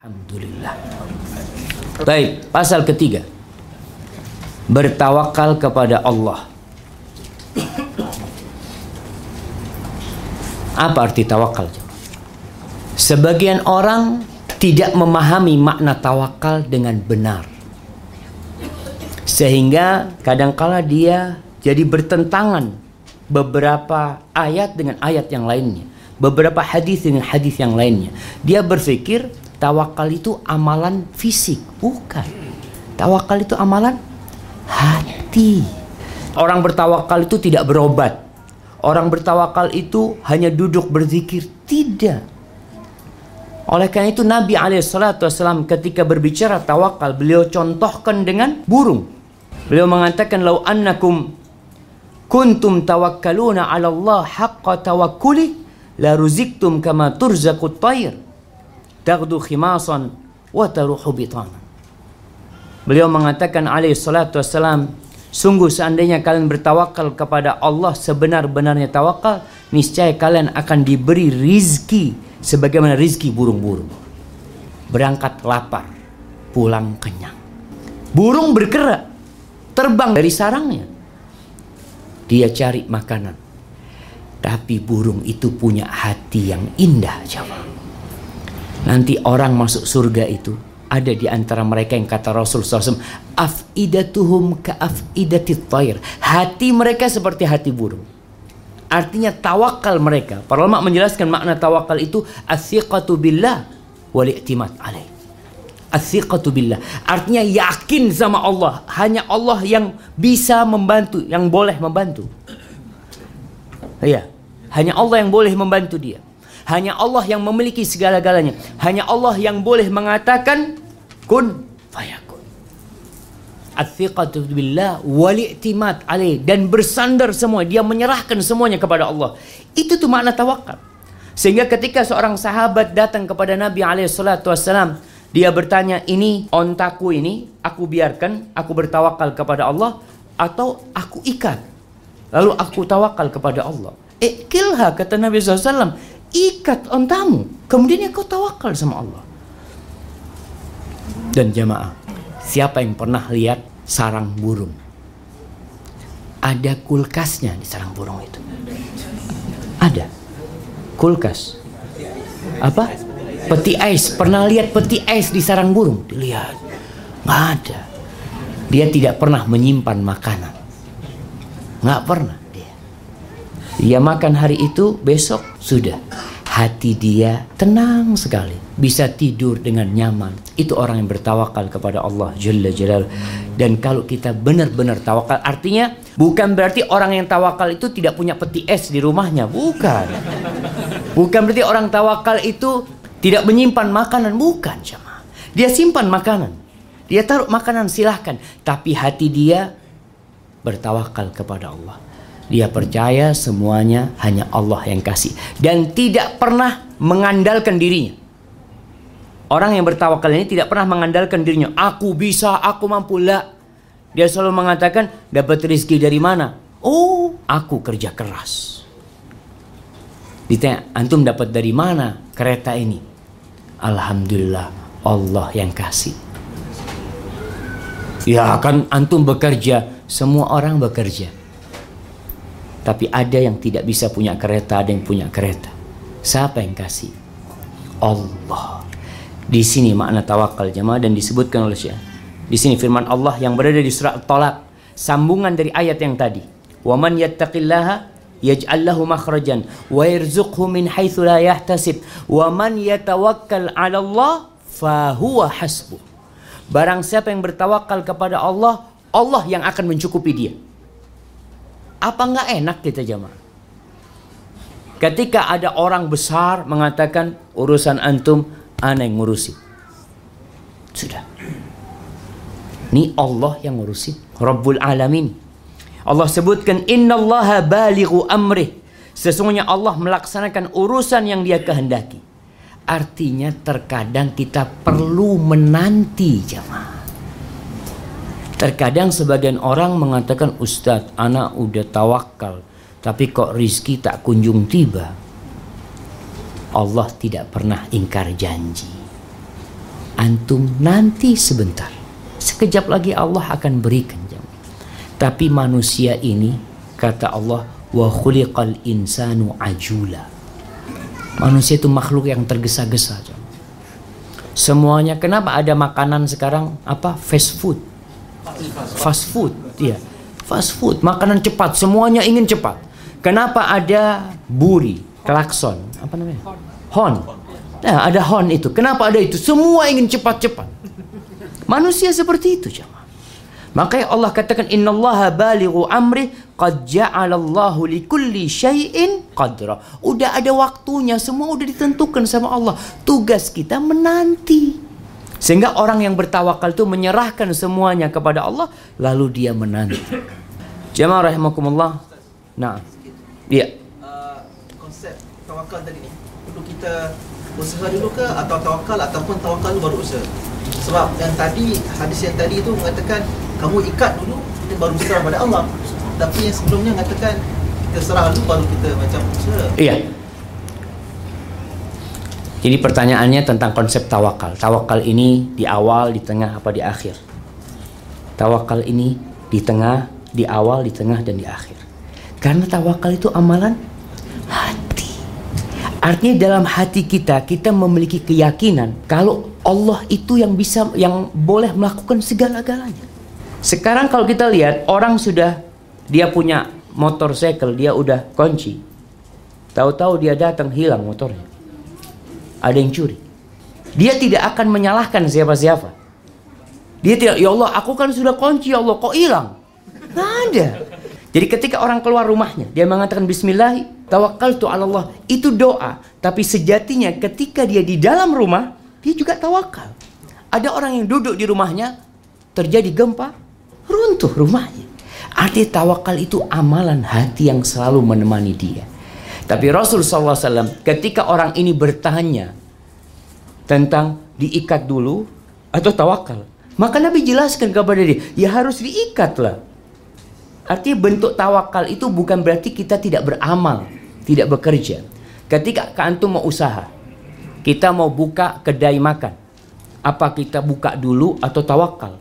Alhamdulillah. Baik, pasal ketiga. Bertawakal kepada Allah. Apa arti tawakal? Sebagian orang tidak memahami makna tawakal dengan benar. Sehingga kadangkala dia jadi bertentangan beberapa ayat dengan ayat yang lainnya, beberapa hadis dengan hadis yang lainnya. Dia berpikir tawakal itu amalan fisik. Bukan. Tawakal itu amalan hati. Orang bertawakal itu tidak berobat. Orang bertawakal itu hanya duduk berzikir. Tidak. Oleh karena itu Nabi SAW ketika berbicara tawakal, beliau contohkan dengan burung. Beliau mengatakan, "Lau annakum kuntum tawakkaluna 'ala Allah haqqa tawakkuli la ruziktum kama turzaqut tayr taghdu khimasan wa taruhu bitana." Beliau mengatakan SAW, sungguh seandainya kalian bertawakal kepada Allah sebenar-benarnya tawakal, niscaya kalian akan diberi rizki sebagaimana rizki burung-burung. Berangkat lapar, pulang kenyang. Burung bergerak, terbang dari sarangnya. Dia cari makanan. Tapi burung itu punya hati yang indah, jamaah. Nanti orang masuk surga itu ada di antara mereka yang kata Rasul SAW, afidatuhum ka'afidatit tayr. Hati mereka seperti hati burung. Artinya tawakal mereka. Para ulama menjelaskan makna tawakal itu as-siqatu billah wal i'timad alaih. As-siqatu billah artinya yakin sama Allah. Hanya Allah yang bisa membantu, yang boleh membantu. Ya, hanya Allah yang boleh membantu dia. Hanya Allah yang memiliki segala-galanya. Hanya Allah yang boleh mengatakan kun fayakun. As-siqatu billah wal i'timad alaih, dan bersandar semua, dia menyerahkan semuanya kepada Allah. Itu tuh makna tawakal. Sehingga ketika seorang sahabat datang kepada Nabi SAW, dia bertanya, ini ontaku ini aku biarkan, aku bertawakal kepada Allah, atau aku ikat lalu aku tawakal kepada Allah? Ikilha, kata Nabi SAW, ikat ontamu, kemudian kau tawakal sama Allah. Dan jamaah, siapa yang pernah lihat sarang burung? Ada kulkasnya di sarang burung itu. Ada kulkas. Apa? Peti ais. Pernah lihat peti ais di sarang burung? Dilihat. Nggak ada. Dia tidak pernah menyimpan makanan. Nggak pernah dia. Dia makan hari itu, besok sudah. Hati dia tenang sekali, bisa tidur dengan nyaman. Itu orang yang bertawakal kepada Allah Jalla Jalaluh. Dan kalau kita benar-benar tawakal, artinya bukan berarti orang yang tawakal itu tidak punya peti es di rumahnya. Bukan. Bukan berarti orang tawakal itu tidak menyimpan makanan. Bukan, jemaah. Dia simpan makanan, dia taruh makanan, silahkan. Tapi hati dia bertawakal kepada Allah. Dia percaya semuanya hanya Allah yang kasih. Dan tidak pernah mengandalkan dirinya. Orang yang bertawakal ini tidak pernah mengandalkan dirinya. Aku bisa, aku mampu. Lah. Dia selalu mengatakan, dapat rezeki dari mana? Oh, aku kerja keras. Ditanya, antum dapat dari mana kereta ini? Alhamdulillah, Allah yang kasih. Ya kan antum bekerja. Semua orang bekerja. Tapi ada yang tidak bisa punya kereta, ada yang punya kereta. Siapa yang kasih? Allah. Di sini makna tawakal, jemaah, dan disebutkan oleh Syekh. Di sini firman Allah yang berada di surah At-Talaq, sambungan dari ayat yang tadi. Wa man yattaqillaha yaj'al lahu makhrajan wa yarzuqhu min haitsu la yahtasib wa man yatawakkal 'ala Allah fa huwa hasbuh. Barang siapa yang bertawakal kepada Allah, Allah yang akan mencukupi dia. Apa nggak enak kita, jamaah? Ketika ada orang besar mengatakan, urusan antum ana yang ngurusi. Sudah. Ini Allah yang ngurusi, Rabbul Alamin. Allah sebutkan, innallaha balighu amrih. Sesungguhnya Allah melaksanakan urusan yang dia kehendaki. Artinya terkadang kita perlu menanti, jamaah. Terkadang sebagian orang mengatakan, Ustadz, anak udah tawakal, tapi kok rizki tak kunjung tiba. Allah tidak pernah ingkar janji. Antum nanti sebentar, sekejap lagi Allah akan berikan. Tapi manusia ini, kata Allah, wa khuliqal insanu ajula. Manusia itu makhluk yang tergesa-gesa. Semuanya, kenapa ada makanan sekarang apa? Fast food. Fast food, iya. Fast food, makanan cepat, semuanya ingin cepat. Kenapa ada buri, klakson, apa namanya? Horn. Nah, ada horn itu. Kenapa ada itu? Semua ingin cepat-cepat. Manusia seperti itu, jemaah. Makanya Allah katakan innallaha balighu amri qad ja'alallahu likulli syai'in qadra. Udah ada waktunya, semua udah ditentukan sama Allah. Tugas kita menanti. Sehingga orang yang bertawakal itu menyerahkan semuanya kepada Allah, lalu dia menanti. Jemaah rahimakumullah. Nah. Iya. Konsep tawakal tadi ni, perlu kita usaha dulu ke atau tawakal ataupun tawakal baru usaha? Sebab yang tadi, hadis yang tadi itu mengatakan kamu ikat dulu, kita baru serah pada Allah. Tapi yang sebelumnya mengatakan kita serah dulu baru kita macam usaha. Iya. Jadi pertanyaannya tentang konsep tawakal. Tawakal ini di awal, di tengah, apa di akhir? Tawakal ini di tengah, di awal, di tengah, dan di akhir. Karena tawakal itu amalan hati. Artinya dalam hati kita memiliki keyakinan kalau Allah itu yang bisa, yang boleh melakukan segala-galanya. Sekarang kalau kita lihat, orang sudah, dia punya motorcycle, dia udah kunci. Tahu-tahu dia datang, hilang motornya. Ada yang curi. Dia tidak akan menyalahkan siapa-siapa. Dia tidak, ya Allah, aku kan sudah kunci, ya Allah, kok hilang? Nggak ada. Jadi ketika orang keluar rumahnya, dia mengatakan Bismillah, tawakkaltu 'ala Allah. Itu doa. Tapi sejatinya ketika dia di dalam rumah, dia juga tawakal. Ada orang yang duduk di rumahnya, terjadi gempa, runtuh rumahnya. Artinya tawakal itu amalan hati yang selalu menemani dia. Tapi Rasul SAW ketika orang ini bertanya tentang diikat dulu atau tawakal, maka Nabi jelaskan kepada dia, ya harus diikatlah. Artinya bentuk tawakal itu bukan berarti kita tidak beramal, tidak bekerja. Ketika antum mau usaha, kita mau buka kedai makan, apa kita buka dulu atau tawakal?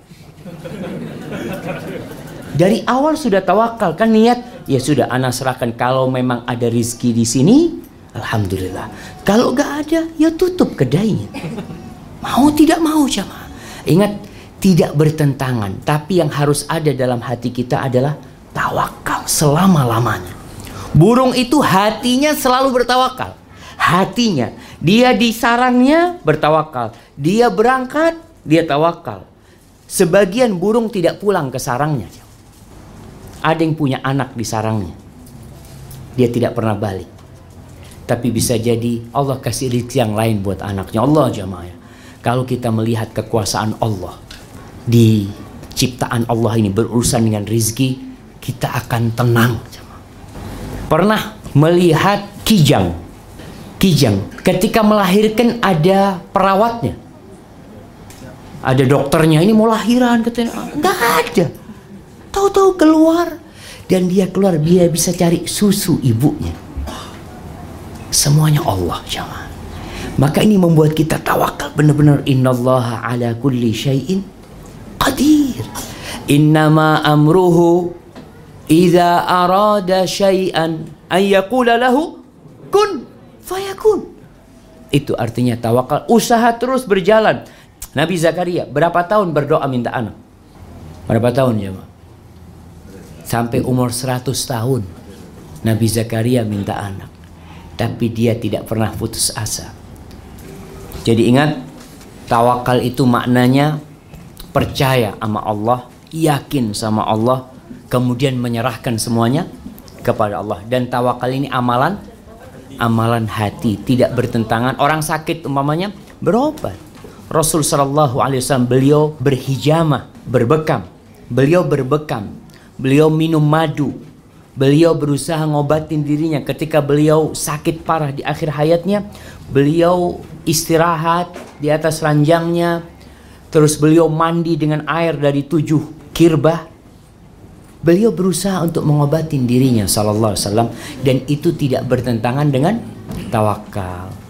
Dari awal sudah tawakal, kan niat, ya sudah ana serahkan, kalau memang ada rizki di sini, alhamdulillah. Kalau gak ada, ya tutup kedainya. Mau tidak mau, jamaah. Ingat, tidak bertentangan, tapi yang harus ada dalam hati kita adalah tawakal selama-lamanya. Burung itu hatinya selalu bertawakal. Hatinya, dia di sarangnya bertawakal. Dia berangkat, dia tawakal. Sebagian burung tidak pulang ke sarangnya. Ada yang punya anak di sarangnya, dia tidak pernah balik. Tapi bisa jadi Allah kasih rezeki yang lain buat anaknya. Allah jamaah. Kalau kita melihat kekuasaan Allah di ciptaan Allah ini berurusan dengan rezeki, kita akan tenang. Pernah melihat kijang. Kijang ketika melahirkan ada perawatnya, ada dokternya, ini mau lahiran katanya, nggak ada. Tahu-tahu keluar, dan dia keluar, dia bisa cari susu ibunya. Semuanya Allah, jamaah. Maka ini membuat kita tawakal benar-benar. Innallaha ala kulli syai'in qadir. Innama amruhu idza arada syai'an ay yaqula lahu kun fayakun. Itu artinya tawakal. Usaha terus berjalan. Nabi Zakaria berapa tahun berdoa minta anak? Berapa tahun jemaah? Sampai umur 100 tahun Nabi Zakaria minta anak. Tapi dia tidak pernah putus asa. Jadi ingat, tawakal itu maknanya percaya sama Allah, yakin sama Allah, kemudian menyerahkan semuanya kepada Allah. Dan tawakal ini amalan hati, tidak bertentangan. Orang sakit umpamanya berobat. Rasul sallallahu alaihi wasallam beliau berhijamah, berbekam. Beliau minum madu. Beliau berusaha ngobatin dirinya ketika beliau sakit parah di akhir hayatnya. Beliau istirahat di atas ranjangnya. Terus beliau mandi dengan air dari 7 kirbah. Beliau berusaha untuk mengobatin dirinya sallallahu alaihi wasallam, dan itu tidak bertentangan dengan tawakal.